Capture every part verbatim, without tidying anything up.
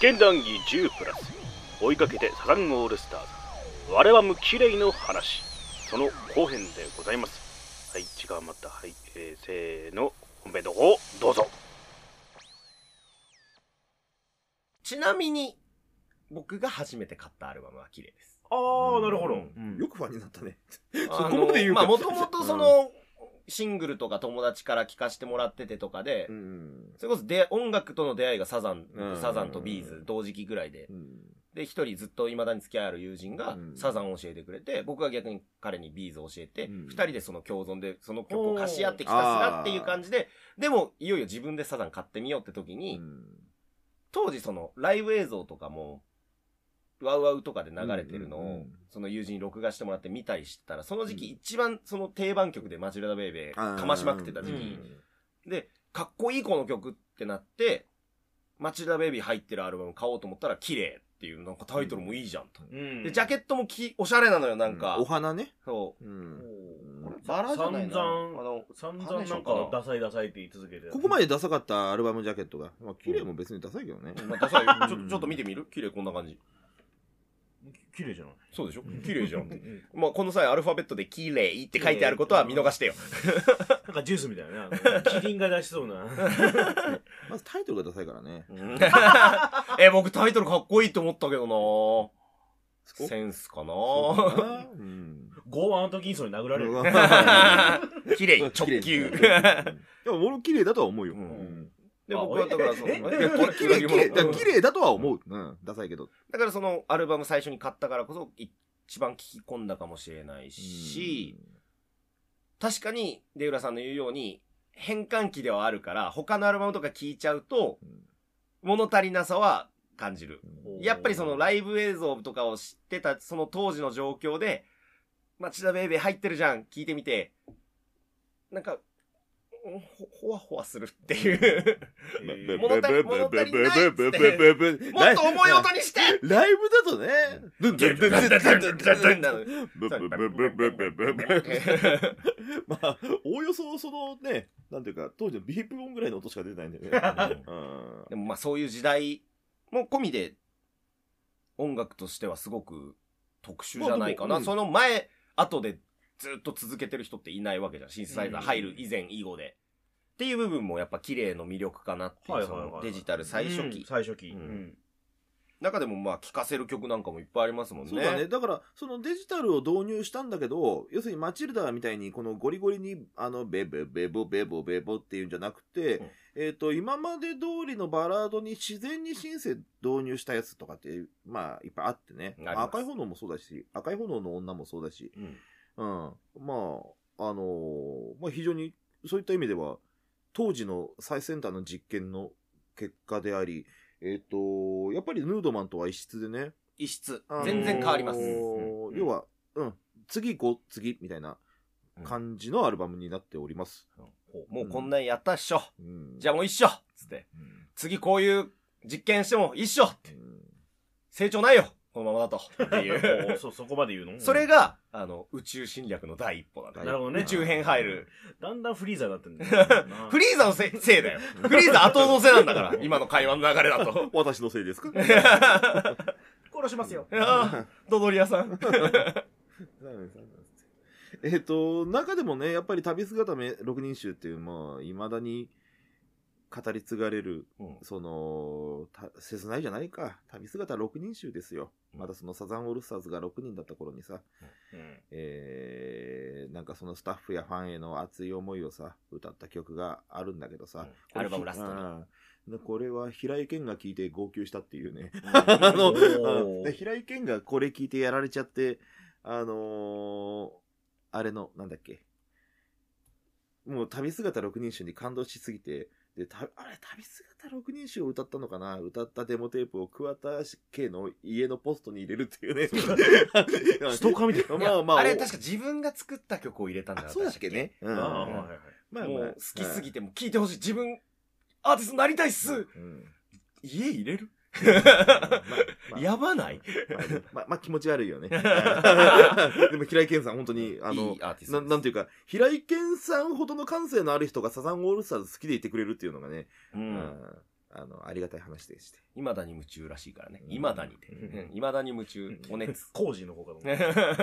験談義じゅうプラス追いかけてサザンオールスターズ我は無綺麗の話その後編でございます。はい、時間余った。はい、えー、せーの、本編の方どうぞ。 ちなみに僕が初めて買ったアルバムは綺麗です。 ああ、なるほど、 うん、よくファンになったね。 そこまで言うか。まあもともとその、うん、シングルとか友達から聴かせてもらっててとかで、うん、それこそで音楽との出会いがサザン、うん、サザンとビーズ同時期ぐらいで、うん、で一人ずっと未だに付き合いある友人がサザンを教えてくれて、僕が逆に彼にビーズを教えて、うん、二人でその共存でその曲を貸し合ってきたすらっていう感じで、でもいよいよ自分でサザン買ってみようって時に、うん、当時そのライブ映像とかもワウワウとかで流れてるのを、うんうんうん、その友人に録画してもらって見たりしてたら、その時期一番その定番曲でマチルダベイベーかましまくってた時期、うん、でかっこいいこの曲ってなってマチルダベイビー入ってるアルバム買おうと思ったら綺麗っていうなんかタイトルもいいじゃんと、うん、でジャケットもきおしゃれなのよなんか、 うん、お花ねそう、うん、 バラじゃないな、散々散々なんかダサいダサいって言い続けてここまでダサかったアルバムジャケットが、まあ、綺麗も別にダサいけどね、 うん、まあ、ダサいちょちょっと見てみる綺麗こんな感じ綺麗じゃないそうでしょ綺麗じゃんまあこの際アルファベットで綺麗って書いてあることは見逃してよなんかジュースみたいなねキリンが出しそうなまずタイトルがダサいからねえ僕タイトルかっこいいと思ったけどなセンスかなぁ、 うん、ゴーアントキンソンに殴られる綺麗直球でも俺綺麗だとは思うよ、うん、で僕はだからその綺麗綺麗綺麗だとは思う、うん、ダサいけどだからそのアルバム最初に買ったからこそ一番聴き込んだかもしれないし、確かに出浦さんの言うように変換期ではあるから他のアルバムとか聴いちゃうと物足りなさは感じる。やっぱりそのライブ映像とかを知ってたその当時の状況でマチダベイベー入ってるじゃん聞いてみてなんかほ, ほわほわするっていう物足り物足りないっつってもっと重い音にしてライブだとねまあおおよそそのねなんていうか当時のビープ音ぐらいの音しか出ないんだよねでもまあそういう時代も込みで音楽としてはすごく特殊じゃないかな、まあうん、その前後でずっと続けてる人っていないわけじゃん。シンセサイザー入る以前以後で。っていう部分もやっぱ綺麗の魅力かなっていう、そのデジタル最初期。 うん、最初期。 うん。中でもまあ聴かせる曲なんかもいっぱいありますもんね。 そうだね。だからそのデジタルを導入したんだけど、要するにマチルダみたいにこのゴリゴリにあのベベベボベボベボっていうんじゃなくて、うん、えっと今まで通りのバラードに自然にシンセ導入したやつとかってまあいっぱいあってね。赤い炎もそうだし、赤い炎の女もそうだし。うんうん、まあ、あのー、まあ非常にそういった意味では、当時の最先端の実験の結果であり、えっと、やっぱりヌードマンとは異質でね。 異質。全然変わります。 うん、要は、うん、次行こう、次、みたいな感じのアルバムになっております。 うん、もうこんなんやったっしょ。うん、じゃあもう一緒つって、うん。次こういう実験しても一緒って、うん。成長ないよこのままだとっていうそ, そこまで言うのそれがあの宇宙侵略の第一歩なんだ。 なるほどね。 宇宙編入る。 だんだんフリーザーになってるんだよフリーザのせいせいだよ。フリーザ後のせいなんだから今の会話の流れだと。 私のせいですか殺しますよ。 ドドリアさん。 えっと中でもねやっぱり旅姿め六人衆っていうまあ未だに語り継がれる、うん、その切ないじゃないか旅姿六人衆ですよ、うん、まだそのサザンオールスターズがろくにんだった頃にさ、うんえー、なんかそのスタッフやファンへの熱い思いをさ歌った曲があるんだけどさ、 うん、アルバムラストにこれは平井堅が聞いて号泣したっていうね、うん、あの平井堅がこれ聞いてやられちゃってあのー、あれのなんだっけもう旅姿六人衆に感動しすぎてでたあれ旅姿六人衆を歌ったのかな歌ったデモテープを桑田家の家のポストに入れるっていうねストーカーみたいな、 まあまあ、あれ確か自分が作った曲を入れたんだよ。 そうだっけね、うん、あ、はいはい、 まあもう好きすぎても聴いてほしい自分アーティストになりたいっす、うん、家入れるまあまあ、やばないまあ、まあ、まあ気持ち悪いよねでも平井堅さん本当にあのいいアーティストな、なんていうか平井堅さんほどの感性のある人がサザンオールスターズ好きでいてくれるっていうのがね、うん、 あの、ありがたい話でして。 未だに夢中らしいからね。未だにて。未だに夢中。お熱。 工事の方かと思う。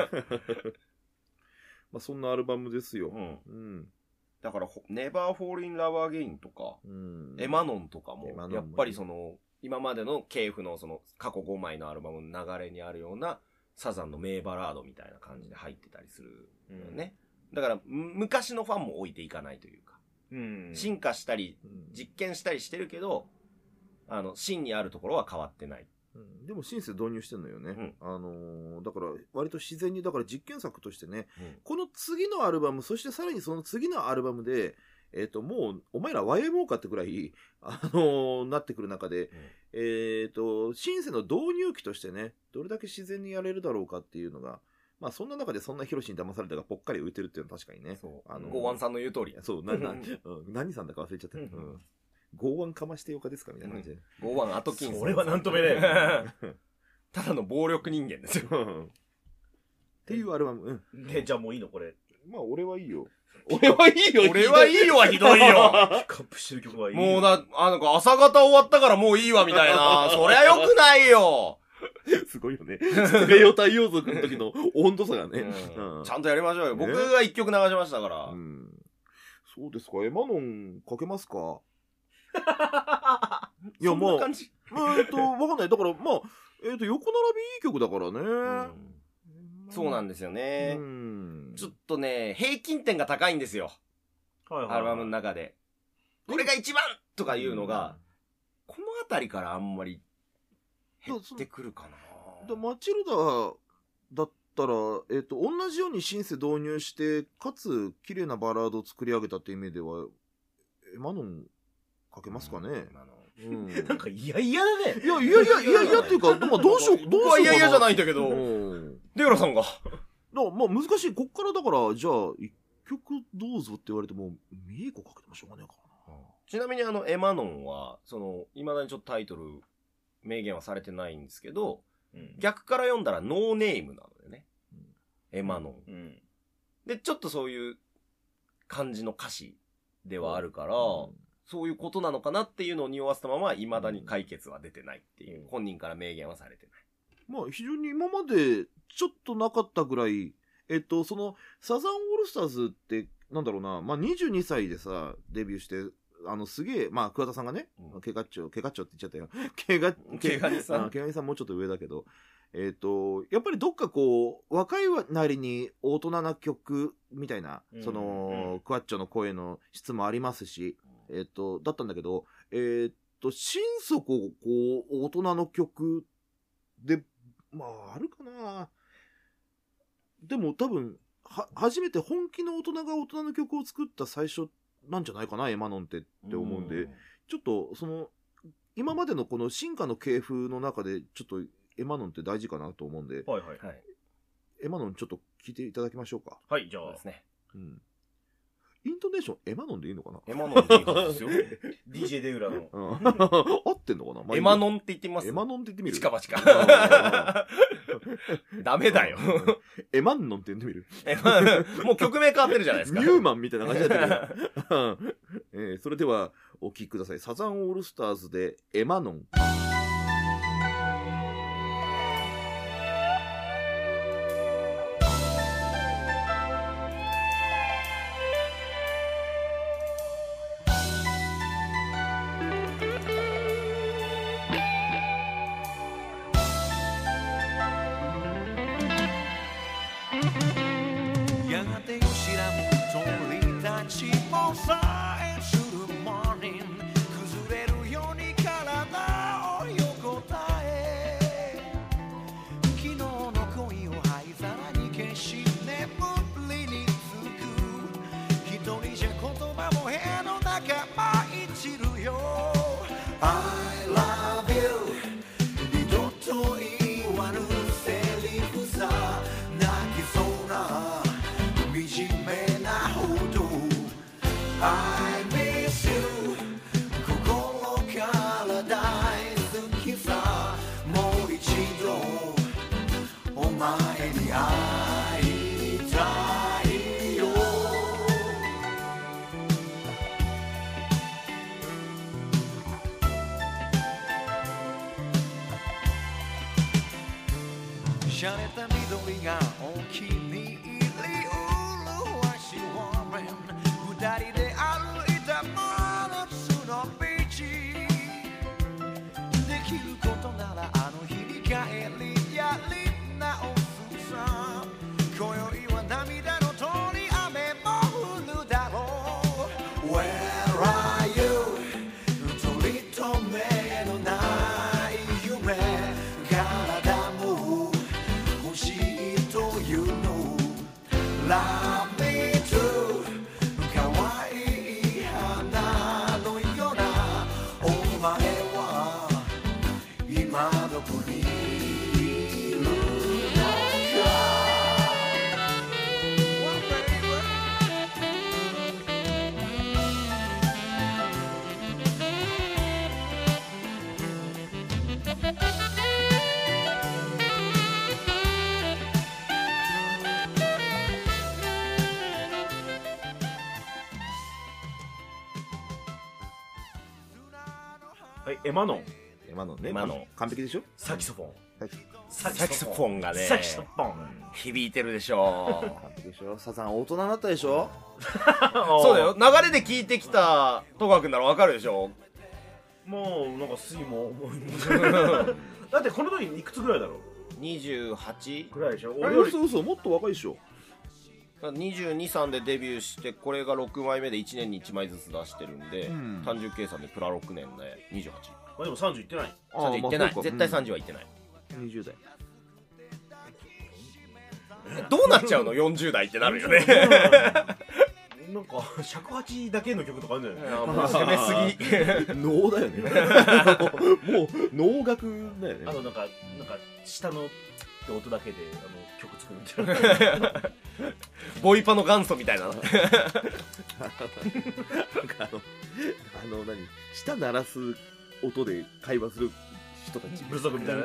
まあそんなアルバムですよ。 うん。うん、だから、Never Fall in Love Again とか、うん、エマノンとかも、やっぱりその、今までの系譜のその過去ごまいのアルバムの流れにあるようなサザンの名バラードみたいな感じで入ってたりするよね。うん、だから、昔のファンも置いていかないというか、うん、進化したり、実験したりしてるけど、あの、芯にあるところは変わってない。 うん、でもシンセ導入してんのよね。うん、あのー、だから割と自然に、だから実験作としてね、うん、この次のアルバム、そしてさらにその次のアルバムで、えっ、ー、と、もう、お前ら ワイエムオー かってくらい、あのー、なってくる中で、うん、えっ、ー、と、シンセの導入機としてね、どれだけ自然にやれるだろうかっていうのが、まあそんな中でそんなヒロシに騙されたがぽっかり浮いてるっていうのは確かにね。 そう。あのー、ゴーワンさんの言う通り。 そう、な、な、うん、何さんだか忘れちゃった。うん。ゴーワンかましてよかですかみたいな感じで。 ゴーワンアトキンス。 俺はなんとも言えない。 ただの暴力人間ですよ。 っていうアルバム。 うん。で、じゃあもういいのこれ。 まあ俺はいいよ。俺はいいよ。 俺はいいよはひどいよ。 カップしてる曲はいい。 もうだ、あの、朝方終わったからもういいわみたいな。そりゃよくないよ。 すごいよね。ステレオ太陽族の時の温度差がね、 うんうん。ちゃんとやりましょうよ。僕が一曲流しましたから。うん、 そうですか。エマノンかけますかいや、まあ、 えっと、わかんない。だから、まあ、えっと、横並びいい曲だからね。うんそうなんですよね。うん。ちょっとね、平均点が高いんですよ。はいはいはい、アルバムの中で。これが一番とかいうのが、うん、このあたりからあんまり減ってくるかな。 だマチルダだったら、えっと、同じようにシンセ導入して、かつ、綺麗なバラードを作り上げたっていう意味では、エマノンかけますかね。 うん、なんか嫌々だね。 いや、いやいや、いやいやっていうか、まあ、どうしよう、どうしよう。僕は嫌々じゃないんだけど。デュラさんが。だから、まあ、難しい。こっからだから、じゃあ、一曲どうぞって言われても、ミエコかけてもしょうがないからな。 ちなみに、あの、エマノンは、その、未だにちょっとタイトル、明言はされてないんですけど、うん、逆から読んだらノーネームなのよね。うん、エマノン、うん。で、ちょっとそういう感じの歌詞ではあるから、うんそういうことなのかなっていうのを匂わせたまま、未だに解決は出てないっていう、本人から明言はされてない。 まあ、非常に今までちょっとなかったぐらい、えっと、その、サザンオールスターズって、なんだろうな、まあ、にじゅうにさいでさ、デビューして、あの、すげえ、まあ、桑田さんがね、うん、ケガッチョ、ケガッチョって言っちゃったよ。ケガ、 ケガニさん。 ケガニさんもうちょっと上だけど、えっと、やっぱりどっかこう、若いなりに大人な曲みたいな、うん、その、うん、クワッチョの声の質もありますし、えっと、だったんだけど、えっと、心底、こう、大人の曲で、まあ、あるかな。でも多分、は、初めて本気の大人が大人の曲を作った最初なんじゃないかな、エマノンってって思うんで、ちょっと、その、今までのこの進化の系譜の中で、ちょっと、エマノンって大事かなと思うんで、はいはいはい。エマノンちょっと聞いていただきましょうか。 はい、じゃあですね。 うん。イントネーションエマノンでいいのかな。 エマノンでいいですよ。ディージェー デウラの。 うん、合ってんのかな、まあ、 エマノンって言ってみます。 エマノンって言ってみる。 チカバチカ。ダメだよ。 エマンノンって言ってみる。 もう曲名変わってるじゃないですか。 ニューマンみたいな感じになってる。えー、それではお聴きください。サザンオールスターズでエマノン。 崩れるように体をしゃれた緑がお気に入り麗しいウォーメン二人で歩いた真夏のビーチできることならあの日に帰りやり直すさ今宵は涙の通り雨も降るだろう Where are you 取り留めのない夢体も欲しいというの Love me too 可愛い花のようなお前は今どこにいるのかはい、エマノン。 エマノンね。 エマノン完璧でしょ。 サキソフォン。 サキソフォンがね、 サキソフォン。 響いてるでしょ。 完璧でしょ。サザン大人になったでしょ。 そうだよ。流れで聞いてきた戸川君ならわかるでしょ。 もう、なんか水も重い。だってこの時いくつぐらいだろうにじゅうはち? ぐらいでしょ。 あれ、 俺より嘘嘘、もっと若いでしょ。 にじゅうに、さんでデビューして、これがろくまいめでいちねんにいちまいずつ出してるんで、 うん、 単純計算でプラろくねんでにじゅうはち。 まあでもさんじゅういってない。 さんじゅういってない。 まあ、 絶対さんじゅうはいってない。 うん、にじゅう代。 どうなっちゃうのよんじゅう代ってなるよね。 なんか尺八だけの曲とかあるんじゃない？ もう攻めすぎ。 能だよね。もう能楽だよね。 あのなんかなんか下の音だけであの曲作るみたいな。 ボイパの元祖みたいな。 なんかあのあの何舌鳴らす音で会話する人たち。 部族みたいな。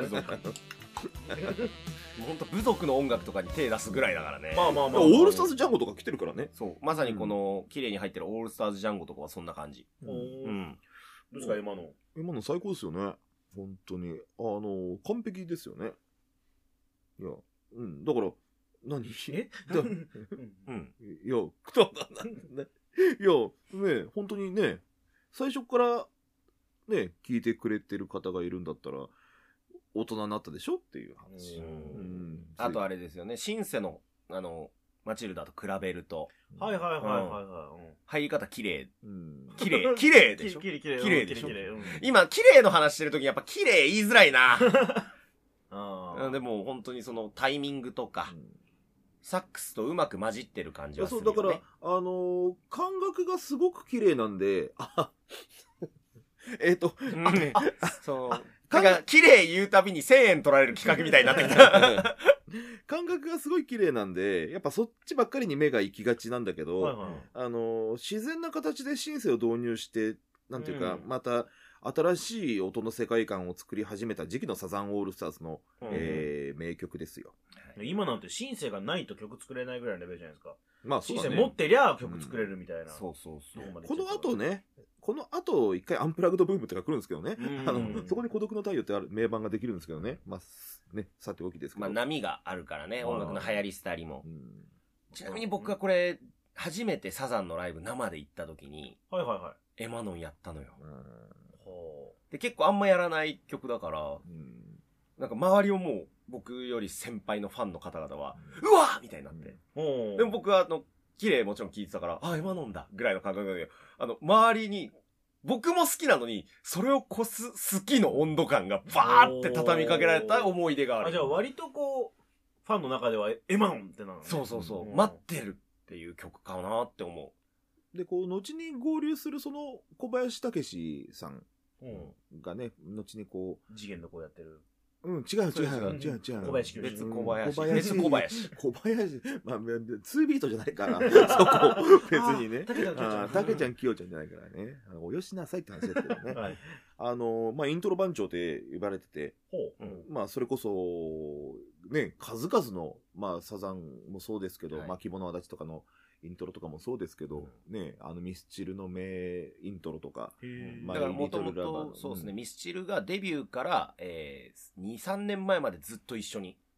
本当部族の音楽とかに手出すぐらいだからね。 まあまあまあ。 オールスターズジャンゴとか来てるからね。 そうまさにこの綺麗に入ってるオールスターズジャンゴとかはそんな感じ。 ううん。 どうですか今の？ 今の最高ですよね。本当にあの完璧ですよね。いや、うん、だから何？ え？ だうん。 いや、くたね。いや、ね、本当にね、最初からね聞いてくれてる方がいるんだったら。大人になったでしょっていう話。 うん、あとあれですよね、シンセのあのマチルダと比べると、 はいはいはいはいはい、 入り方綺麗、 うん、 綺麗綺麗でしょ。 綺麗綺麗綺麗でしょ。 うん、 今綺麗の話してる時にやっぱ綺麗言いづらいな。あでも本当にそのタイミングとか、うん、サックスとうまく混じってる感じはするよね。 そうだからあのー、感覚がすごく綺麗なんで、あえっと、 あ、あそう。なんか、綺麗言うたびにせんえん取られる企画みたいになってきた。 感覚がすごい綺麗なんで、やっぱそっちばっかりに目が行きがちなんだけど、はいはい、あの、自然な形でシンセを導入して、なんていうか、うん、また、新しい音の世界観を作り始めた時期のサザンオールスターズの、うんえー、名曲ですよ。 今なんてシンセがないと曲作れないぐらいのレベルじゃないですか。 まあそうだね。 シンセ持ってりゃ曲作れるみたいな。うん、 そうそうそう。 この後ね、この後一回アンプラグドブームとか来るんですけどね。あの、そこで孤独の太陽ってある名盤ができるんですけどね。まあ、ね、さておきですけど。 まあ波があるからね、音楽の流行り廃りも。うん、ちなみに僕がこれ、初めてサザンのライブ生で行った時に、 はいはいはい。 エマノンやったのよ。で、結構あんまやらない曲だから、うん、なんか周りをもう僕より先輩のファンの方々は、うん、うわーみたいになって。うん、でも僕はあの、綺麗もちろん聴いてたから、あ、エマノンだぐらいの感覚で、あの、周りに、僕も好きなのに、それを越す好きの温度感がバーって畳みかけられた思い出がある。 あ、じゃあ割とこう、ファンの中ではエマノンってなの、ね、 そうそうそう、うん、待ってるっていう曲かなって思う。で、こう、後に合流するその小林武史さんがね、うん、後にこう、 次元の子やってる。 うん、違う違う違う違う。 小林教授。 別小林。 小林。 別小林。 小林。まあ、ツービートじゃないから、そこ、別にね。 たけちゃん、きよちゃん。 たけちゃん、きよちゃんじゃないからね。およしなさいって話ですけどね。はい。あの、まあ、イントロ番長って呼ばれてて、ほう。まあ、それこそ、ね、数々の、まあ、サザンもそうですけど、巻物足立とかの、イントロとかもそうですけど、うん、ね、あのミスチルの名イントロとか、 だからもともとそうですね、うん、ミスチルがデビューから、えー、に、さんねんまえまでずっと一緒に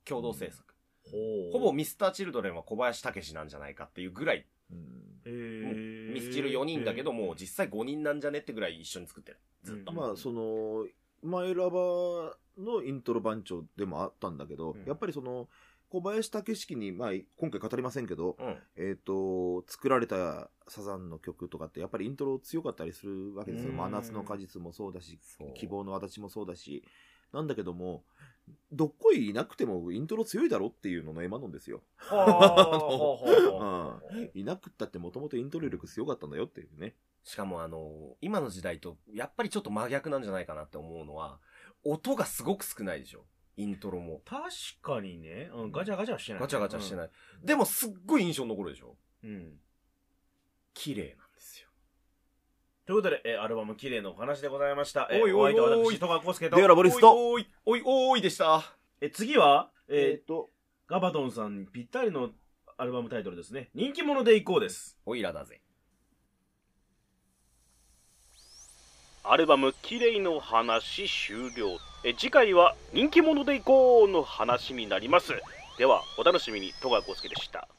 共同制作。 ほうほぼミスターチルドレンは小林武史なんじゃないかっていうぐらい、 へーミスチルよにんだけどもう実際ごにんなんじゃねってぐらい一緒に作ってる。ずっと。 まあそのマイラバーのイントロ番長でもあったんだけど、 うんやっぱりその小林武史に、まあ、今回語りませんけど、 うん。 えっ、と作られたサザンの曲とかってやっぱりイントロ強かったりするわけですよ。 うん真夏の果実もそうだしそう希望の形もそうだし、なんだけどもどっこいいなくてもイントロ強いだろっていうののエマノンですよ。 はあはあはあはあうんいなくったってもともとイントロ力強かったんだよっていうね。 しかもあの、今の時代とやっぱりちょっと真逆なんじゃないかなって思うのは、音がすごく少ないでしょ。イントロも。 確かにね、うん、ガチャガチャはしてない。 ガチャガチャしてない。でもすっごい印象に残るでしょ。 うん。うん。 綺麗なんですよ。 ということで、えーアルバム綺麗のお話でございました。えーおいおいおいお相手は私、戸川浩介と。 ではラボリストおいおい、おいおいでした。 え、次は、ええっ、とーガバドンさんにぴったりのアルバムタイトルですね。人気者でいこうです。 おいらだぜ。 アルバム「綺麗の話」終了。え次回は「人気者でいこう」の話になります。ではお楽しみに。戸川浩介でした。